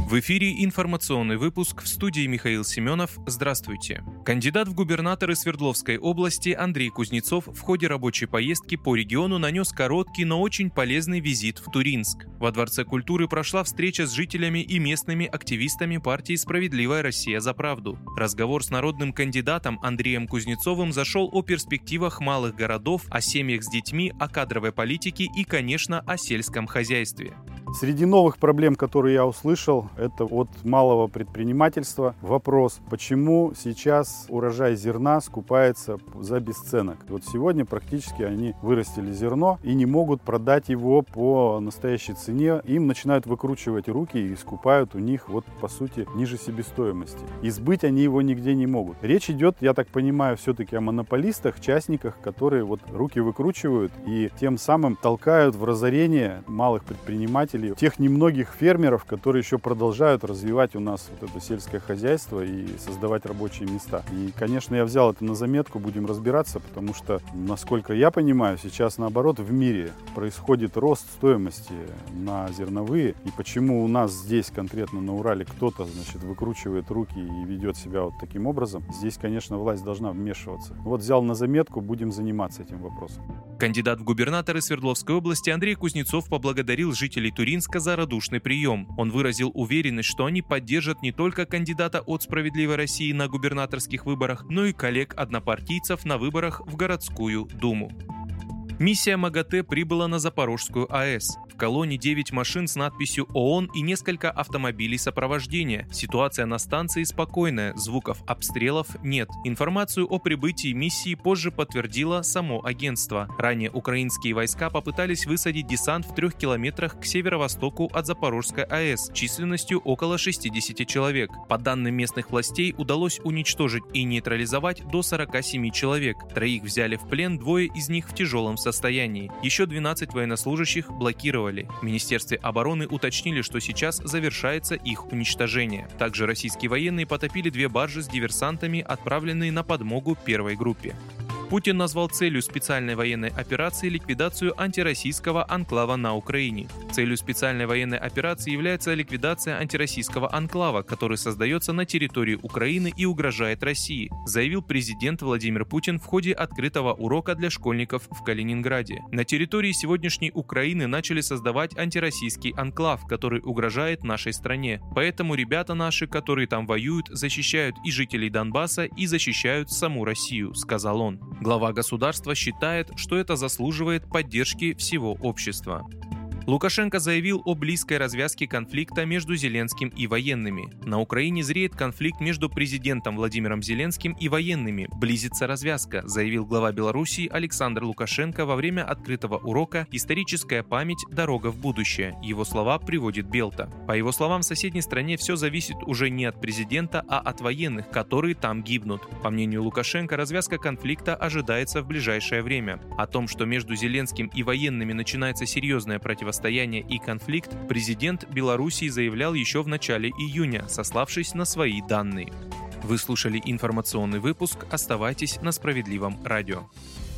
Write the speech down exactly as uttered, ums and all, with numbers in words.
В эфире информационный выпуск, в студии Михаил Семенов. Здравствуйте. Кандидат в губернаторы Свердловской области Андрей Кузнецов в ходе рабочей поездки по региону нанес короткий, но очень полезный визит в Туринск. Во Дворце культуры прошла встреча с жителями и местными активистами партии «Справедливая Россия за правду». Разговор с народным кандидатом Андреем Кузнецовым зашел о перспективах малых городов, о семьях с детьми, о кадровой политике и, конечно, о сельском хозяйстве. Среди новых проблем, которые я услышал, это от малого предпринимательства вопрос, почему сейчас урожай зерна скупается за бесценок. Вот сегодня практически они вырастили зерно и не могут продать его по настоящей цене. Им начинают выкручивать руки и скупают у них, вот по сути, ниже себестоимости. И сбыть они его нигде не могут. Речь идет, я так понимаю, все-таки о монополистах, частниках, которые вот руки выкручивают и тем самым толкают в разорение малых предпринимателей, тех немногих фермеров, которые еще продолжают развивать у нас вот это сельское хозяйство и создавать рабочие места. И, конечно, я взял это на заметку, будем разбираться, потому что, насколько я понимаю, сейчас, наоборот, в мире происходит рост стоимости на зерновые. И почему у нас здесь, конкретно на Урале, кто-то, значит, выкручивает руки и ведет себя вот таким образом, здесь, конечно, власть должна вмешиваться. Вот взял на заметку, будем заниматься этим вопросом. Кандидат в губернаторы Свердловской области Андрей Кузнецов поблагодарил жителей Туринска за радушный прием. Он выразил уверенность, что они поддержат не только кандидата от «Справедливой России» на губернаторских выборах, но и коллег-однопартийцев на выборах в городскую думу. Миссия МАГАТЭ прибыла на Запорожскую АЭС. В колонне девять машин с надписью ООН и несколько автомобилей сопровождения. Ситуация на станции спокойная, звуков обстрелов нет. Информацию о прибытии миссии позже подтвердило само агентство. Ранее украинские войска попытались высадить десант в трех километрах к северо-востоку от Запорожской АЭС численностью около шестидесяти человек. По данным местных властей, удалось уничтожить и нейтрализовать до сорока семи человек. Троих взяли в плен, двое из них в тяжелом состоянии. состоянии. Еще двенадцать военнослужащих блокировали. В Министерстве обороны уточнили, что сейчас завершается их уничтожение. Также российские военные потопили две баржи с диверсантами, отправленные на подмогу первой группе. Путин назвал целью специальной военной операции ликвидацию антироссийского анклава на Украине. Целью специальной военной операции является ликвидация антироссийского анклава, который создается на территории Украины и угрожает России, заявил президент Владимир Путин в ходе открытого урока для школьников в Калининграде. На территории сегодняшней Украины начали создавать антироссийский анклав, который угрожает нашей стране. Поэтому ребята наши, которые там воюют, защищают и жителей Донбасса, и защищают саму Россию, сказал он. Глава государства считает, что это заслуживает поддержки всего общества. Лукашенко заявил о близкой развязке конфликта между Зеленским и военными. На Украине зреет конфликт между президентом Владимиром Зеленским и военными. Близится развязка, заявил глава Белоруссии Александр Лукашенко во время открытого урока «Историческая память. Дорога в будущее». Его слова приводит Белта. По его словам, в соседней стране все зависит уже не от президента, а от военных, которые там гибнут. По мнению Лукашенко, развязка конфликта ожидается в ближайшее время. О том, что между Зеленским и военными начинается серьезное противостояние и конфликт, президент Белоруссии заявлял еще в начале июня, сославшись на свои данные. Вы слушали информационный выпуск. Оставайтесь на Справедливом радио.